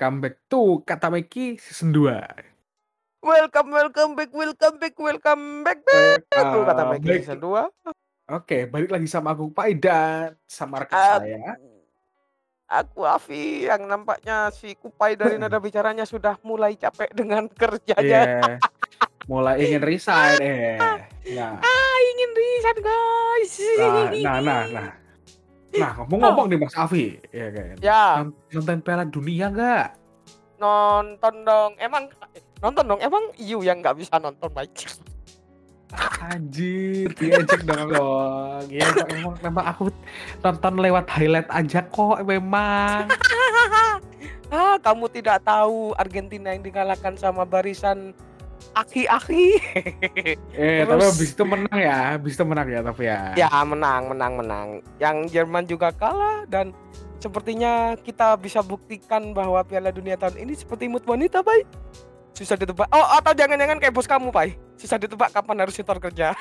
welcome back to Kata Meki Season 2. Welcome back to Kata Welcome Meki back. season 2. Oke, balik lagi sama aku Pai dan sama rekan Aku, saya. aku Afi yang nampaknya si Kupai dari nada bicaranya sudah mulai capek dengan kerjanya. Iya, mulai ingin resign. Nah, Ingin resign guys. nah, ngomong-ngomong nih Mas Afi, ya kan? Ya, Nonton Piala Dunia nggak? nonton dong. Emang you yang nggak bisa nonton baik. Anjir, diajak dong. Ya, memang aku nonton lewat highlight aja kok, memang. Kamu tidak tahu Argentina yang dikalahkan sama barisan aki-aki. Tapi habis itu menang ya, tapi ya. Ya, menang. Yang Jerman juga kalah dan sepertinya kita bisa buktikan bahwa Piala Dunia tahun ini seperti imut wanita, Pai. Susah ditebak. Oh, atau jangan-jangan kayak bos kamu, Pai. Susah ditebak kapan harus setor kerja.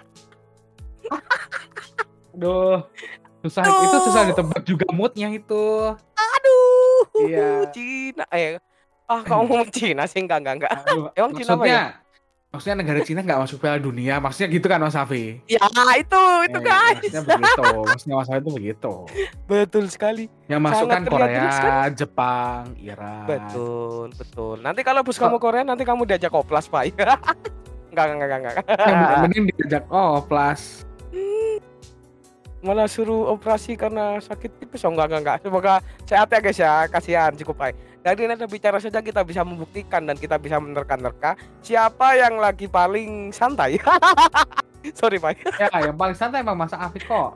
Aduh, itu susah ditebak juga moodnya itu. Aduh. Iya. Cina. Kamu ngomong Cina sih? Enggak. Aduh, Emang Cina apa ya? Maksudnya negara Cina nggak masuk Piala Dunia, maksudnya gitu kan Mas Afi? Ya, itu guys. Maksudnya begitu, maksudnya Mas Afi itu begitu. Betul sekali. Yang masuk kan Korea, kan? Jepang, Iran. Betul. Nanti kalau bos kamu Korea, nanti kamu diajak oplas, Pak. Enggak. Mending diajak oplas. Malah suruh operasi karena sakit tipes. Enggak. Semoga sehat ya guys ya. Kasihan cukup baik. Dari nada bicara saja kita bisa membuktikan dan kita bisa menerka-nerka siapa yang lagi paling santai. Sorry Pak. Ya, yang paling santai emang Mas Afi kok.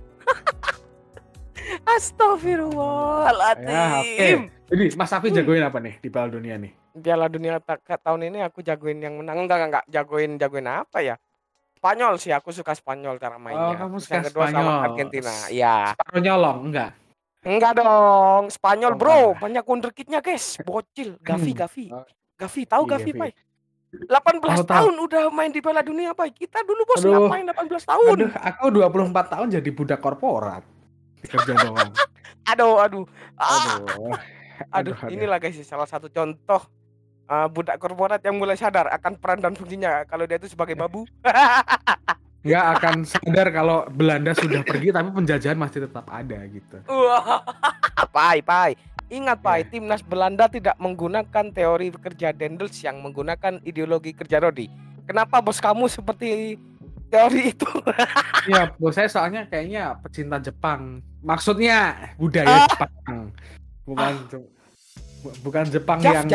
Astagfirullahaladzim. Ya, oke. Jadi Mas Afi jagoin apa nih di Piala Dunia nih? Piala Dunia tahun ini aku jagoin yang menang. Enggak. Jagoin apa ya? Spanyol sih, aku suka Spanyol cara mainnya. Kamu Terus suka yang kedua Spanyol. sama Argentina. Ya. Spanyol nyolong enggak? Enggak dong, Spanyol bro, Enggak. banyak wonderkidnya guys, bocil, Gavi, tahu Iya, Gavi, Gavi. Pai? 18 tahun udah main di Piala Dunia, Pai. Kita dulu bos ngapain 18 tahun? Aduh, aku 24 tahun jadi budak korporat. Kerja doang. Aduh. Inilah guys, salah satu contoh budak korporat yang mulai sadar akan peran dan fungsinya kalau dia itu sebagai babu. Nggak akan sadar kalau Belanda sudah pergi tapi penjajahan masih tetap ada gitu. Wah, Pai. Ingat Pai, timnas Belanda tidak menggunakan teori kerja Dendels yang menggunakan ideologi kerja Rodi. Kenapa bos kamu seperti teori itu? Iya, bos saya soalnya kayaknya pecinta Jepang. Maksudnya budaya Jepang. Bukan Jepang yang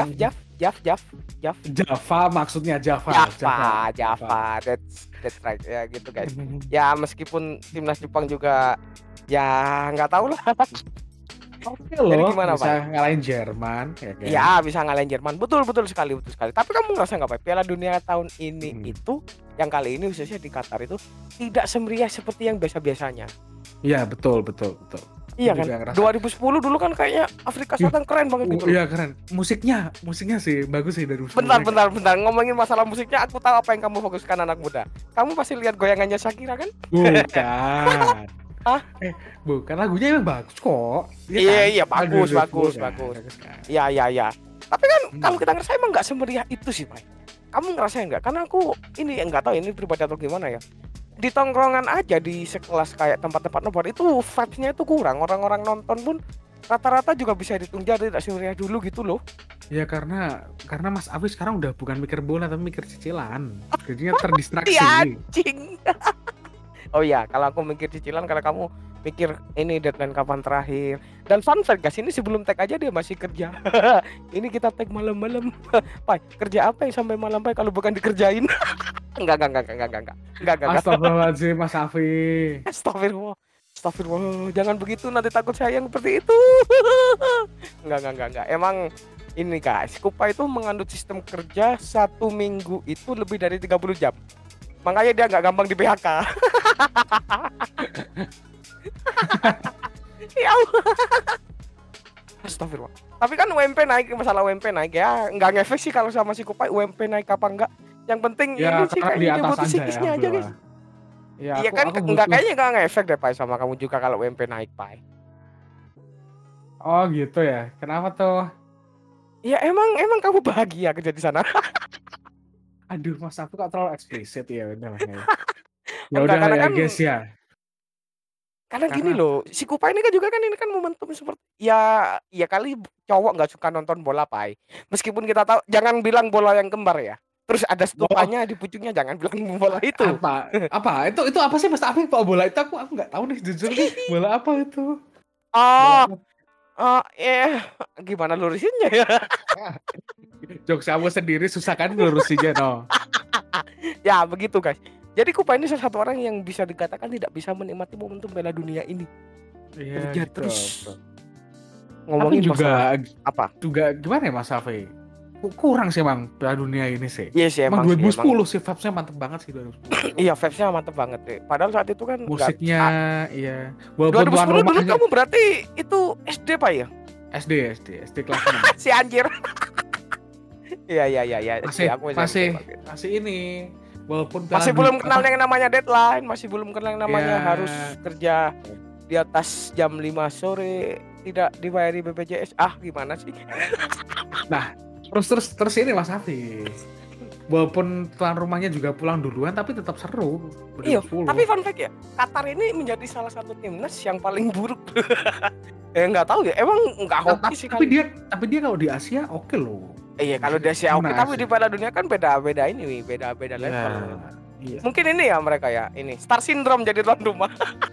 Java, maksudnya Java. That's right ya gitu guys. Ya meskipun timnas Jepang juga ya nggak tahu lah. Oke loh, jadi gimana, bisa ngalahin Jerman ya kan? Ya bisa ngalahin Jerman, betul sekali. Tapi kamu ngerasa nggak Pak, Piala Dunia tahun ini itu yang kali ini khususnya di Qatar itu tidak semeriah seperti yang biasanya. Iya betul. Iya kan, 2010 dulu kan kayaknya Afrika Selatan keren banget gitu. Iya keren, musiknya sih bagus sih dari. Bentar, ngomongin masalah musiknya, aku tahu apa yang kamu fokuskan anak muda. Kamu pasti lihat goyangannya Shakira kan? Bukan. Bukan, lagunya emang bagus kok. Iya, bagus. Iya. Tapi kan kalau kita ngerasa emang nggak semeriah itu sih, Pak. Kamu ngerasain nggak? Karena aku ini nggak tahu ini pribadi atau gimana ya. Di tongkrongan aja di sekelas kayak tempat-tempat nobar itu vibes-nya itu kurang. Orang-orang nonton pun rata-rata juga bisa dihitung jari tidak semeriah dulu gitu loh. Ya karena Mas Afi sekarang udah bukan mikir bola tapi mikir cicilan. Jadinya terdistraksi. Anjing. Oh iya, kalau aku mikir cicilan, kalau kamu mikir ini deadline kapan terakhir. Dan fun fact guys, ini sebelum tag aja dia masih kerja. Ini kita tag malam-malam. Pai, kerja apa yang sampai malam Pai kalau bukan dikerjain? Enggak. Astagfirullahaladzim Mas Afi. Astagfirullah. Jangan begitu, nanti takut saya yang seperti itu. Enggak. Emang ini guys, Kupa itu mengandung sistem kerja 1 minggu itu lebih dari 30 jam. Makanya dia nggak gampang di PHK. Ya Allah. Astagfirullah. Tapi kan UMP naik, masalah UMP naik ya nggak ngefek sih kalau sama si Kupai UMP naik apa enggak. Yang penting ya, ini sih kayaknya dia butuh psikisnya aja guys. Ya, iya kan enggak, kayaknya nggak ngefek deh Pai sama kamu juga kalau UMP naik Pai. Oh gitu ya, kenapa tuh? Ya emang kamu bahagia kerja di sana? Aduh, Mas Afi kok terlalu eksplisit ya udah lah ya. Ya Enggak, udah karena ya kan guys ya. karena gini Karena loh, si Kupa ini kan juga kan ini kan momentum seperti ya ya kali cowok nggak suka nonton bola, Pai. Meskipun kita tahu jangan bilang bola yang kembar ya. Terus ada oh stupanya di pucuknya, jangan bilang bola itu. apa itu apa sih Mas Afi kalau bola itu aku nggak tahu nih jujur nih bola apa itu bola Oh, apa. gimana lurusinnya ya? Jokes kamu sendiri susah kan ngelurusinnya no. Ya begitu guys. Jadi Kupa ini salah satu orang yang bisa dikatakan tidak bisa menikmati momentum Piala Dunia ini. Iya Kerja gitu. terus Tapi ngomongin masalah apa? juga gimana ya Mas Afi? Kurang sih emang Piala Dunia ini sih. Iya sih Emang emang sih 2010 emang. sih vibes-nya mantep banget sih 2010. Iya vibes-nya mantep banget deh. Padahal saat itu kan nggak. Musiknya iya. Walaupun tuan 2010 dulu rumahnya kamu berarti itu SD Pak ya? SD kelas 6. Si anjir. Iya iya iya iya. Masih Aku masih SMP. masih ini. Walaupun Piala Masih belum kenal apa? yang namanya deadline, masih belum kenal yang namanya Ya, harus kerja di atas jam 5 sore, tidak dibayari BPJS. Ah, gimana sih? nah terus ini Mas Hafiz. Walaupun tuan rumahnya juga pulang duluan tapi tetap seru. Iya, 2010. tapi fun fact ya, Qatar ini menjadi salah satu timnas yang paling buruk. Nggak tahu ya, emang nggak hoki sih tapi kali. dia kalau di Asia oke loh. Iya, kalau di Asia oke, Gimana tapi di Asia? Piala Dunia kan beda ini, nih, beda Ya, level. iya. Mungkin ini ya mereka ya, ini star syndrome jadi tuan rumah.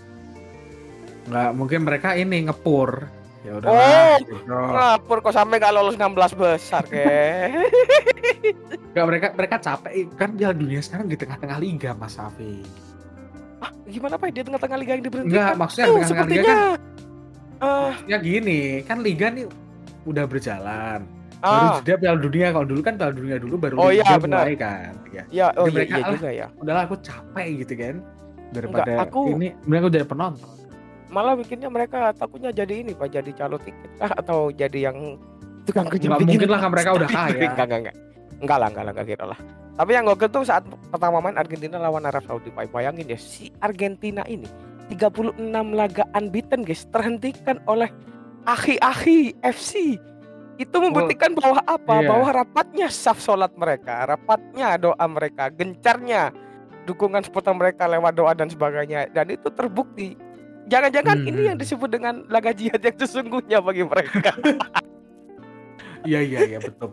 Nggak mungkin mereka ini ngepur. Ya udah Oh, gitu. ngapur kok sampai nggak lolos 16 besar ke. Nggak, mereka capek kan Piala Dunia sekarang di tengah-tengah liga Mas Hafiz. Ah, gimana Pak? Dia tengah-tengah liga yang diberhentikan. Enggak, maksudnya Tuh, tengah-tengah liga sepertinya. kan ya gini, kan liga nih udah berjalan. Baru jeda Piala Dunia. Kalau dulu kan Piala Dunia dulu baru Oh liga iya benar. mulai kan. Ya. Ya, oh Jadi iya, mereka iya juga ya. udahlah aku capek gitu kan. Enggak, Daripada aku ini mereka udah penonton. malah bikinnya mereka takutnya jadi ini Pak, jadi calo tiket kah atau jadi yang tukang kerja Nggak bikin. mungkin lah mereka udah kaya. Enggak. Enggak kira lah. Tapi yang gokil tuh saat pertama main Argentina lawan Arab Saudi, Pak. Bayangin ya, si Argentina ini 36 laga unbeaten, guys, terhentikan oleh Akhi FC. Itu membuktikan bahwa apa? Iya. Bahwa rapatnya saf sholat mereka, rapatnya doa mereka, gencarnya dukungan supporter mereka lewat doa dan sebagainya. Dan itu terbukti. Jangan-jangan ini yang disebut dengan laga jihad yang sesungguhnya bagi mereka. Iya betul.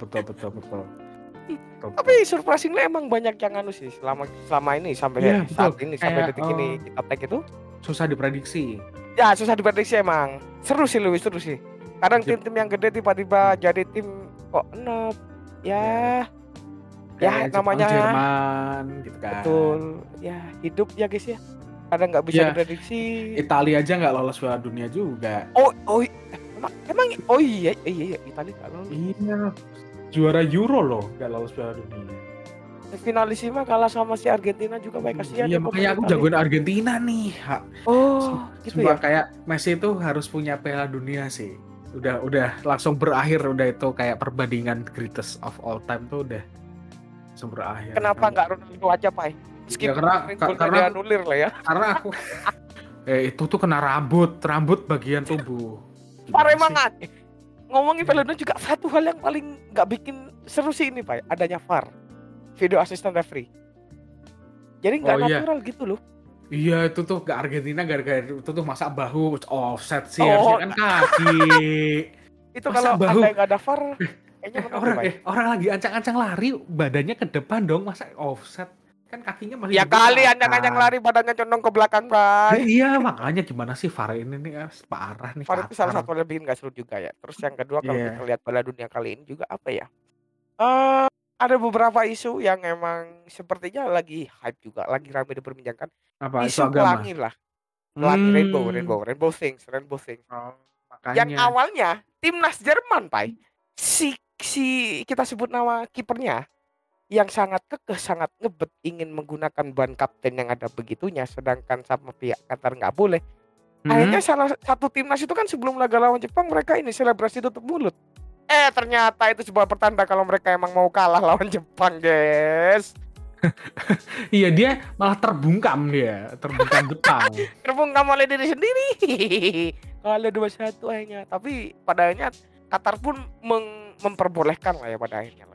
Tapi surprisingly emang banyak yang anu sih selama ini sampai saat ini sampai detik ini kita tag itu susah diprediksi. Ya susah diprediksi emang. Seru sih. Kadang tim-tim yang gede tiba-tiba jadi tim kok enep. Ya namanya Jerman gitu kan. Betul. Ya hidup ya guys ya. Kadang nggak bisa diprediksi. Italia aja nggak lolos Piala Dunia juga. Emang iya Italia nggak lolos. Iya. Juara Euro loh nggak lolos Piala Dunia. Finalisima kalah sama si Argentina juga baik kasihan. Iya makanya aku jagoin Argentina nih. Gitu ya. Kayak Messi itu harus punya Piala Dunia sih. Udah langsung berakhir udah itu kayak perbandingan greatest of all time tuh udah langsung berakhir. Kenapa nggak Ronaldo aja Pak? Meskipun karena anulir lah ya. Karena aku itu tuh kena rambut bagian tubuh. Parah emang ngomongin Piala Dunia juga satu hal yang paling nggak bikin seru sih ini Pak, adanya VAR, video assistant referee. Jadi nggak natural gitu loh. Iya itu tuh gak Argentina gara-gara itu tuh masa bahu offset sih harusnya kan kaki. Itu kalau ada nggak ada VAR, orang lagi ancang-ancang lari badannya ke depan dong masa offset kan kakinya masih ya kali ancang-ancang lari badannya condong ke belakang Pak. Iya makanya gimana sih VAR ini nih parah nih. VAR itu salah satu yang bikin nggak seru juga ya. Terus yang kedua kalau kita lihat Piala Dunia kali ini juga apa ya? Ada beberapa isu yang emang sepertinya lagi hype juga, lagi ramai diperbincangkan. Isu pelangi lah. Pelangi rainbow things. Yang awalnya timnas Jerman, Pak. Si kita sebut nama kipernya yang sangat kekeh, sangat ngebet ingin menggunakan ban kapten yang ada begitunya, sedangkan sama pihak Qatar nggak boleh. Akhirnya salah satu timnas itu kan sebelum laga lawan Jepang mereka ini selebrasi tutup mulut. Ternyata itu sebuah pertanda kalau mereka emang mau kalah lawan Jepang, guys. Iya dia malah terbungkam Jepang. Terbungkam oleh diri sendiri. Kalau 2-1 akhirnya. Tapi pada akhirnya Qatar pun memperbolehkan lah ya pada akhirnya.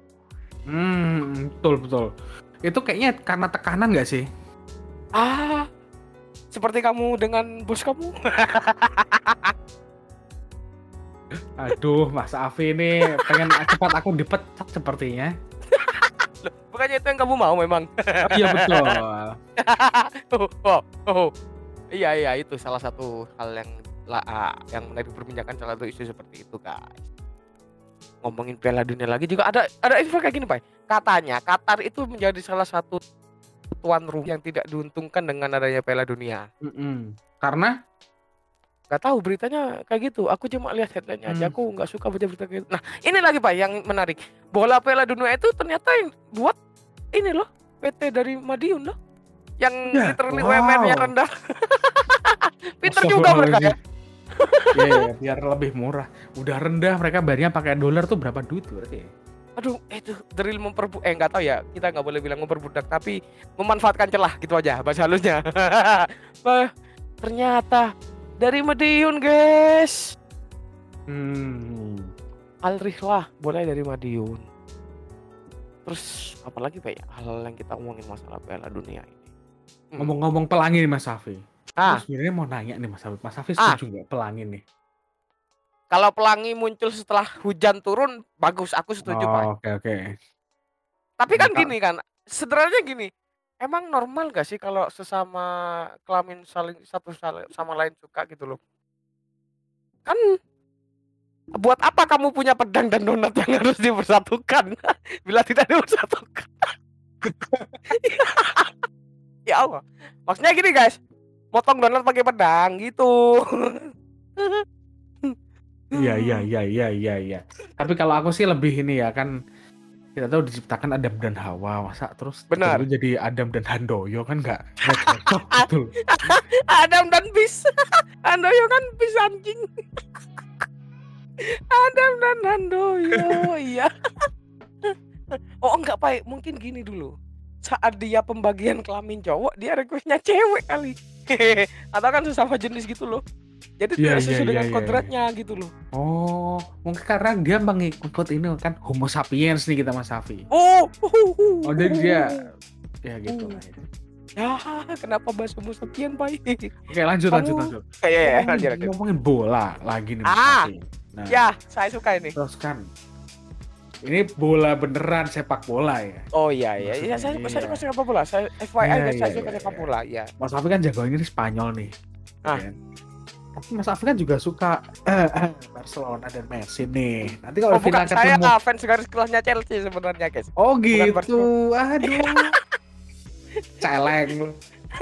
Betul. Itu kayaknya karena tekanan nggak sih? Seperti kamu dengan bos kamu. Aduh, Mas Afi ini pengen cepat aku dipecat sepertinya. Loh, bukannya itu yang kamu mau memang? Iya betul. Iya itu salah satu hal yang menarik perbincangan, salah satu isu seperti itu guys. Ngomongin Piala Dunia lagi juga ada info kayak gini Pak. Katanya Qatar itu menjadi salah satu tuan rumah yang tidak diuntungkan dengan adanya Piala Dunia. Karena nggak tahu beritanya kayak gitu. Aku cuma lihat headline-nya aja. Aku nggak suka baca berita kayak gitu. Nah ini lagi Pak yang menarik. Bola Piala Dunia itu ternyata yang buat ini loh, PT dari Madiun loh, yang literally UMR-nya rendah. Pinter juga mereka ya. Iya, biar lebih murah. Udah rendah mereka bayarnya pakai dolar tuh berapa duit berarti? Aduh, itu drill nggak tahu ya. Kita nggak boleh bilang memperbudak, tapi memanfaatkan celah gitu aja bahasa halusnya. Ternyata dari Madiun guys. Al Rihlah boleh dari Madiun. Terus apalagi Pak ya hal yang kita omongin masalah Piala Dunia ini. Ngomong-ngomong pelangi nih Mas Safi. Sebenarnya mau nanya nih Mas Safi. Mas Safi setuju nggak pelangi nih? Kalau pelangi muncul setelah hujan turun, bagus. Aku setuju Pak. Oke. Tapi kan gini kan, sederhananya gini. Emang normal gak sih kalau sesama kelamin saling satu sama lain suka gitu loh? Kan buat apa kamu punya pedang dan donat yang harus dipersatukan bila tidak dipersatukan? Ya Allah. Maksudnya gini guys, potong donat pakai pedang gitu. Iya. Tapi kalau aku sih lebih ini ya kan, kita tahu diciptakan Adam dan Hawa, masa terus benar jadi Adam dan Handoyo kan nggak cocok gitu. Adam dan bis. Handoyo kan bis anjing. Adam dan Handoyo, iya. Oh enggak Pak, mungkin gini dulu. Saat dia pembagian kelamin cowok, dia requestnya cewek kali. Atau kan sesama jenis gitu loh. Jadi tidak sesuai dengan kodratnya gitu loh. Oh, mungkin karena dia mengikut ini kan Homo sapiens nih kita Mas Safi. Jadi dia ya gitu lah. Ya, kenapa bahas Homo sapiens Pak? Oke, lanjut. Lanjut. Ngomongin bola lagi nih Mas Safi. Nah, ya, saya suka ini. Terus kan ini bola beneran, sepak bola ya. Oh iya. Saya suka sepak bola. Saya FYI saya suka sepak bola ya. Mas Safi kan jagoannya di Spanyol nih. Tapi Mas Afi kan juga suka Barcelona dan Messi nih. Nanti kalau final ketemu, saya fans garis kerasnya Chelsea sebenarnya guys. Oh gitu, aduh, celeng lu.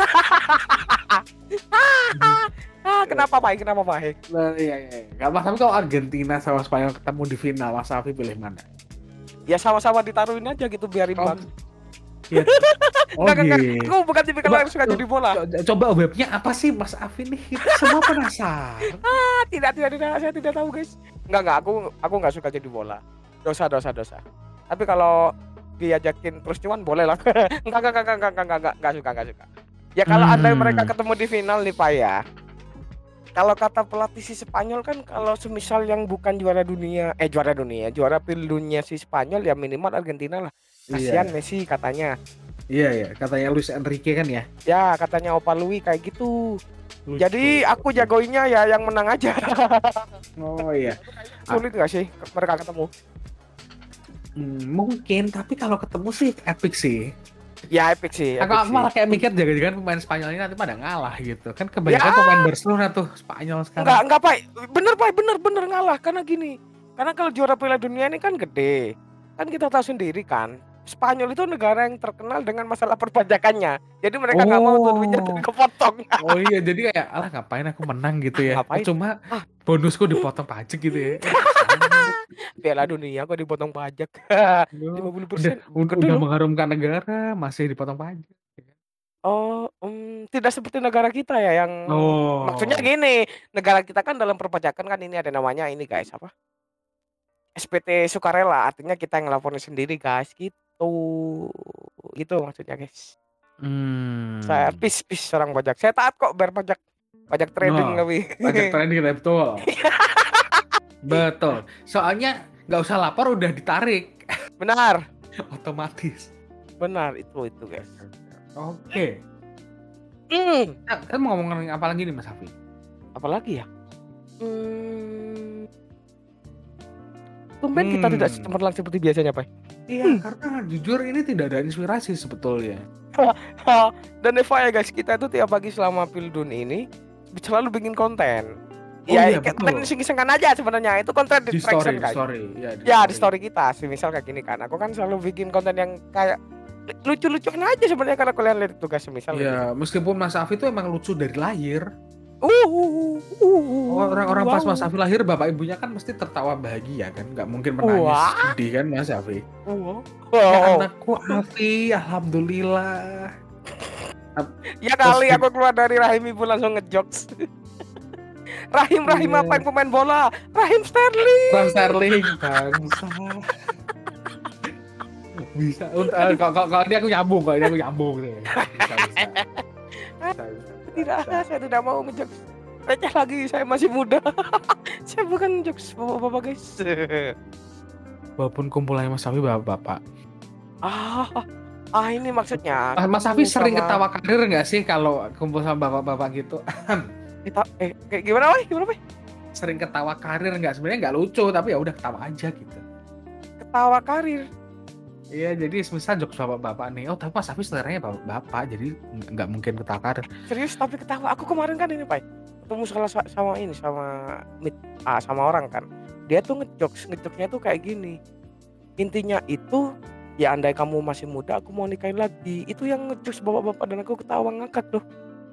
Kenapa Pak? Nah, iya. Gak apa, tapi kalau Argentina sama Spanyol ketemu di final, Mas Afi pilih mana? Ya sama-sama ditaruhin aja gitu biar imbang. Iya. Enggak. Aku bukan tipikal yang suka jadi bola. Coba webnya apa sih Mas Afi nih? Kita semua penasaran. Tidak, saya tidak tahu guys. Enggak, aku enggak suka jadi bola. Dosa. Tapi kalau diajakin terus cuan boleh lah. Enggak suka. Ya kalau andai mereka ketemu di final nih Pak ya. Kalau kata pelatih si Spanyol kan kalau semisal yang bukan juara Piala Dunia si Spanyol ya minimal Argentina lah. Kasihan Messi katanya. Iya, katanya Luis Enrique kan ya. Ya, katanya Opa Louis kayak gitu. Jadi aku jagoinnya ya yang menang aja. Oh iya. Sulit gak sih mereka ketemu? Mungkin, tapi kalau ketemu sih epic sih. Ya epic sih. Aku malah kayak mikir jangan-jangan pemain Spanyol ini nanti pada ngalah gitu. Kan kebanyakan pemain Barcelona tuh Spanyol sekarang. Enggak Pak. Bener ngalah karena gini. Karena kalau juara Piala Dunia ini kan gede. Kan kita tahu sendiri kan. Spanyol itu negara yang terkenal dengan masalah perpajakannya. Jadi mereka nggak mau tuh duitnya kepotong. Oh iya, jadi kayak alah ngapain aku menang gitu ya. Cuma bonusku dipotong pajak gitu ya. Piala Dunia kok dipotong pajak 50%. Udah mengharumkan negara masih dipotong pajak. Oh, tidak seperti negara kita ya yang maksudnya gini, negara kita kan dalam perpajakan kan ini ada namanya ini guys apa? SPT sukarela, artinya kita yang ngelaporin sendiri guys gitu maksudnya guys. Saya peace orang pajak. Saya taat kok bayar pajak trading lebih. Pajak trading betul. Betul. Soalnya nggak usah lapor udah ditarik Benar, otomatis. benar itu guys. Oke. Hmm, Kan mau ngomongin apa lagi nih Mas Hafi? apalagi ya? Tumben kita tidak cemerlang seperti biasanya, Pak. Iya, karena jujur ini tidak ada inspirasi sebetulnya. Dan Eva ya guys, kita itu tiap pagi selama Pildun ini selalu bikin konten. Oh Ya, iya, kayak betul. konten iseng-isengan aja sebenarnya. Itu konten Di distraction guys. story. Ya, di story kita. Misal kayak gini kan. Aku kan selalu bikin konten yang kayak lucu-lucuan aja sebenarnya kalau kalian lihat itu guys, misal. Iya, meskipun Mas Hafi itu emang lucu dari lahir. Orang-orang pas Mas Hafi lahir, bapak ibunya kan mesti tertawa bahagia kan, nggak mungkin menangis sedih kan Mas Hafi. Ya anakku Hafi, alhamdulillah. Ya kali aku keluar dari rahim ibu langsung ngejokes. Rahim apa yang pemain bola? Rahim Sterling. Bangsa. Bisa. Kalau ini aku nyambung deh. Bisa. Tidak, saya tidak mau ngejokes receh lagi, saya masih muda. Saya bukan jokes bapak-bapak guys. Walaupun kumpulannya Mas Hafi bapak-bapak. Ini maksudnya. Mas Hafi sering ketawa karir nggak sih kalau kumpul sama bapak-bapak gitu? Kita kayak gimana, Pak? Sering ketawa karir nggak? Sebenarnya nggak lucu, tapi ya udah ketawa aja gitu. Ketawa karir. Iya, jadi misal jokes bapak-bapak nih. Oh, tapi Mas Hafi seleranya bapak, jadi nggak mungkin ketawa karir. Serius, tapi ketawa. Aku kemarin kan ini, Pak, ketemu sama orang kan. Dia tuh ngejokesnya tuh kayak gini. Intinya itu, ya andai kamu masih muda, aku mau nikahin lagi. Itu yang ngejokes bapak-bapak dan aku ketawa ngakak loh.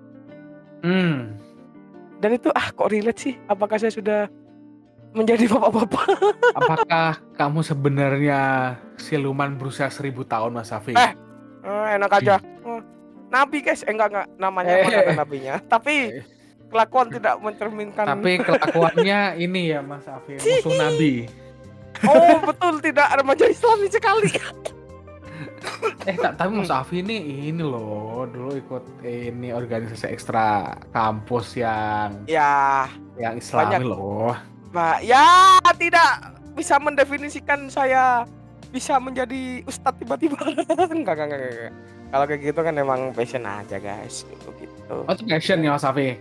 Dan itu kok relate sih? Apakah saya sudah menjadi bapak-bapak? Apakah kamu sebenarnya siluman berusia 1000 tahun, Mas Hafi? Enak aja. Nabi guys, enggak namanya mana ada nabinya. Tapi kelakuan tidak mencerminkan. Tapi kelakuannya ini ya Mas Hafi, musuh Nabi. Oh betul, tidak remaja Islami sekali. Tapi Mas Hafi ini loh, dulu ikut ini organisasi ekstra kampus yang Islami banyak. Loh. Ya tidak bisa mendefinisikan saya bisa menjadi ustadz tiba-tiba. Enggak. Kalau kayak gitu kan emang passion aja guys, gitu. Oh itu passion ya Mas Hafi?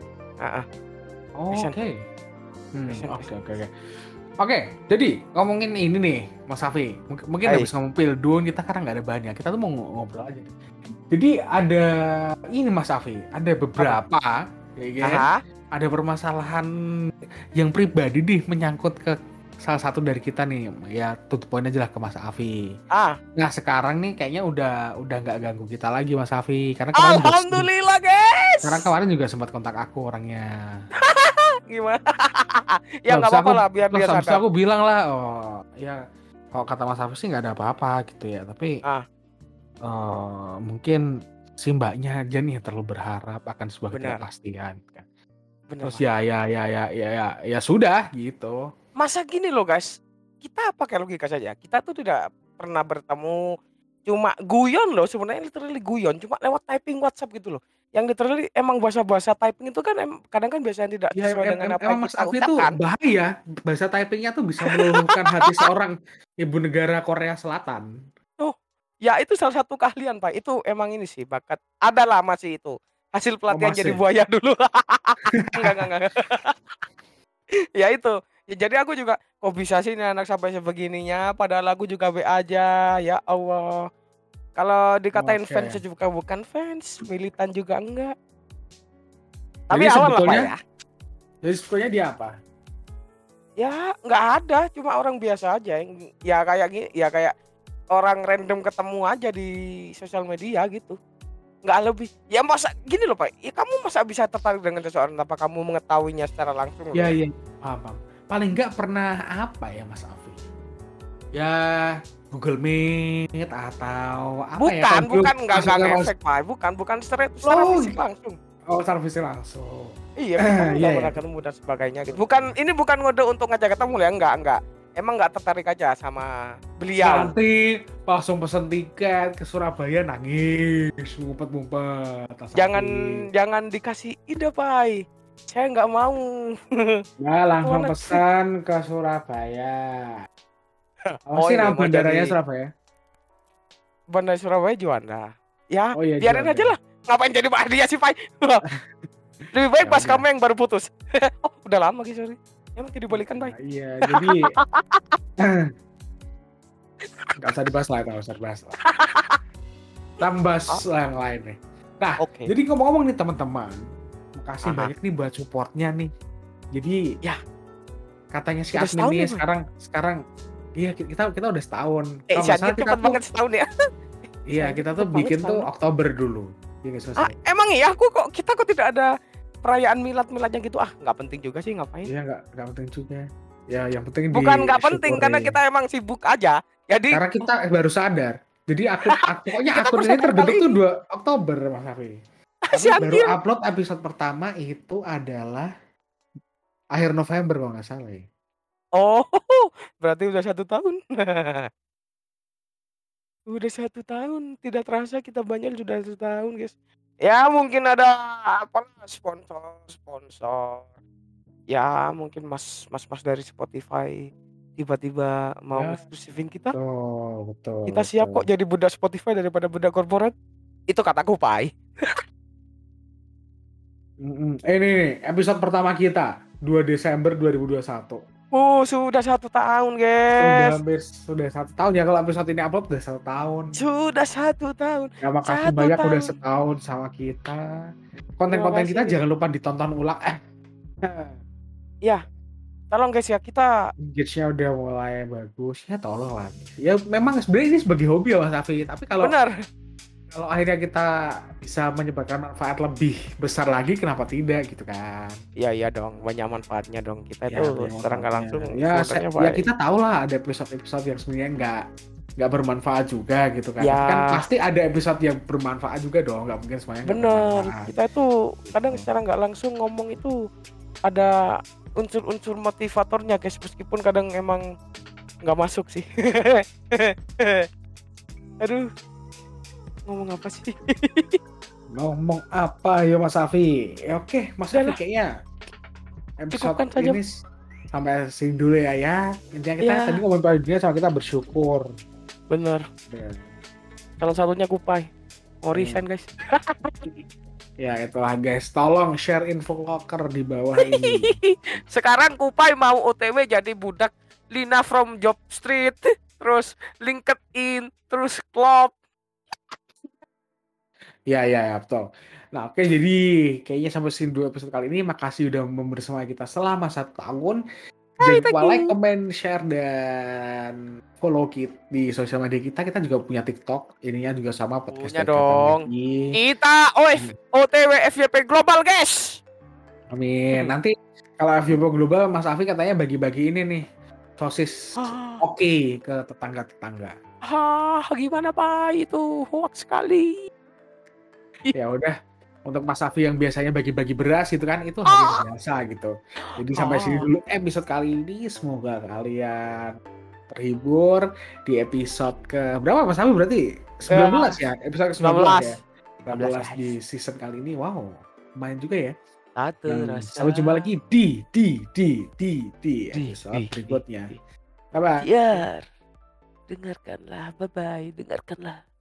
Oke, jadi ngomongin ini nih Mas Hafi, mungkin habis ngomong Pildun kita karena nggak ada bahannya, kita tuh mau ngobrol aja. Jadi ada ini Mas Hafi, ada beberapa ada permasalahan yang pribadi nih menyangkut ke salah satu dari kita nih, ya tutup poin aja lah ke Mas Hafi. Nah sekarang nih kayaknya udah nggak ganggu kita lagi Mas Hafi, karena kemarin alhamdulillah guys. Karena kemarin juga sempat kontak aku orangnya. Gimana? Ya nggak apa-apa lah, biar dia sadar. Aku bilang lah, ya kalau kata Mas Hafi sih nggak ada apa-apa gitu ya, tapi mungkin si mbaknya aja nih terlalu berharap akan sebuah ketidakpastian kan. Terus ya sudah gitu. Masa gini loh guys, kita pakai logika saja. Kita tuh tidak pernah bertemu, cuma guyon loh sebenarnya, literally guyon, cuma lewat typing WhatsApp gitu loh. Yang literally emang bahasa typing itu kan kadang kan biasanya tidak sesuai dengan apa yang Mas Hafi itu bahaya. Bahasa typingnya tuh bisa meluluhkan hati seorang ibu negara Korea Selatan. Ya itu salah satu keahlian Pak. Itu emang ini sih bakat. Adalah masih itu. Hasil pelatihan jadi buaya dulu. Enggak. Ya itu. Ya, jadi aku juga kok bisa sih nih anak sampai sebegininya, padahal aku juga B aja. Ya Allah. Kalau dikatain fans juga bukan fans, militan juga enggak. Tapi jadi awal lah Pak ya. Jadi sebetulnya dia apa? Ya nggak ada, cuma orang biasa aja. Ya kayak orang random ketemu aja di sosial media gitu. Nggak lebih. Ya masa gini loh Pak, ya kamu masa bisa tertarik dengan seseorang tanpa kamu mengetahuinya secara langsung? Iya, paham. Paling nggak pernah apa ya Mas Hafi? Ya Google Meet atau apa bukan nggak efek Pak. Bukan secara fisik langsung. Oh, secara fisik langsung. Iya, nggak pernah ketemu dan sebagainya gitu. Ini bukan ngode untuk ngajak ketemu ya, enggak. Emang nggak tertarik aja sama beliau. Nanti langsung pesen tiket ke Surabaya nangis, ngumpet-ngumpet. Jangan dikasih ide, Pak. Saya nggak mau. Nah, langsung Mana? pesan ke Surabaya. Apa Oh sih ini nama mau bandaranya jadi Surabaya? Bandar Surabaya Juanda. Ya, Oh iya biarin aja Juanda. lah. Ngapain jadi Pak dia sih, Pak? Lebih baik Ya pas udah. kamu yang baru putus. Oh, udah lama guys, sorry. Emang dibalikan, Pak? Nah, iya, jadi nggak usah dibahas lah, nggak usah dibahas lah. Tambah Oh, yang lain nih. Nah, oke. jadi ngomong-ngomong nih teman-teman, makasih Aha. banyak nih buat supportnya nih. Jadi Ya, katanya si sudah admin setahun nih ya, Pak? sekarang iya kita udah setahun. Kalau Si nggak salah Adit kita cepet tuh banget setahun ya. Si iya Adit kita tuh cepet banget bikin tuh setahun. Oktober dulu. Iya nggak Ah, selesai. emang iya kita kok tidak ada perayaan milad-miladnya gitu. Ah, nggak penting juga sih ngapain. Iya nggak penting juga. Ya yang penting Bukan nggak penting karena disyukuri. kita emang sibuk aja. Jadi Karena kita baru sadar. Jadi pokoknya kita akun baru ini sadar terbentuk kali tuh ini. 2 Oktober Mas Hafi. Si Tapi baru Anjir. upload episode pertama itu adalah akhir November kalau nggak salah ya. Oh, berarti udah 1 tahun. Udah 1 tahun, tidak terasa kita banyak sudah 1 tahun, guys. Ya mungkin ada apa sponsor. Ya mungkin mas-mas dari Spotify tiba-tiba mau Ya, eksklusifin kita. betul, betul, Kita siap betul. kok jadi budak Spotify daripada budak korporat. Itu kataku, Pai. Ini nih, episode pertama kita 2 Desember 2021. Sudah 1 tahun, Sudah guys. hampir sudah 1 tahun ya kalau episode ini upload udah 1 tahun. Sudah 1 tahun. Ya makasih Satu banyak udah tahun. setahun sama kita. Terima Konten-konten kasih, kita guys. jangan lupa ditonton ulang. Ya, tolong guys ya kita. Engage-nya udah mulai bagus ya tolong lah. Ya memang sebenarnya ini sebagai hobi ya Mas Afi. Tapi kalau Benar. akhirnya kita bisa menyebarkan manfaat lebih besar lagi, kenapa tidak gitu kan? Iya dong, banyak manfaatnya dong. Kita Ya itu banyak secara nggak manfaatnya. langsung Ya, sebenarnya ya baik. kita tahu lah ada episode-episode yang sebenarnya nggak bermanfaat juga gitu kan. Tapi kan Ya, pasti ada episode yang bermanfaat juga dong. Nggak mungkin semuanya nggak bener. bermanfaat. Kita itu kadang Gitu. secara nggak langsung ngomong itu ada unsur-unsur motivatornya guys, meskipun kadang emang nggak masuk sih. Aduh, ngomong apa sih? Ngomong apa ya Mas Afi? Ya oke, Mas Afi Udahlah, kayaknya episode cukupkan saja. ini sampai sini dulu ya. Intinya kita Ya, tadi ngomongin pada dunia sama kita bersyukur. bener. Ya. Salah satunya Kupai. Mau resign guys. Ya itulah guys, tolong share info locker di bawah ini. Sekarang Kupai mau OTW jadi budak Lina from Job Street, terus LinkedIn, terus Klop. Ya betul. Nah oke, jadi kayaknya sampai sini dulu episode kali ini. Makasih udah bersama kita selama 1 tahun. Jangan lupa Thank like, you. comment, share, dan follow kita di sosial media kita. Kita juga punya TikTok. Ininya juga sama podcast Punya dari Kapan dong. Lagi. Kita OTW FYP Global, guys. Amin. Nanti kalau FYP Global, Mas Afi katanya bagi-bagi ini nih. Sosis oke ke tetangga-tetangga. Gimana Pak? Itu hoax sekali. Ya udah, untuk Mas Afi yang biasanya bagi-bagi beras gitu kan, itu hal yang biasa gitu. Jadi sampai sini dulu episode kali ini. Semoga kalian terhibur di episode ke berapa Mas Afi berarti? 19 ya? Episode ke 19 ya? 19 di season kali ini. Wow, lumayan juga ya. Sampai jumpa lagi di episode berikutnya. Bye-bye. Dengarkanlah, bye-bye, dengarkanlah.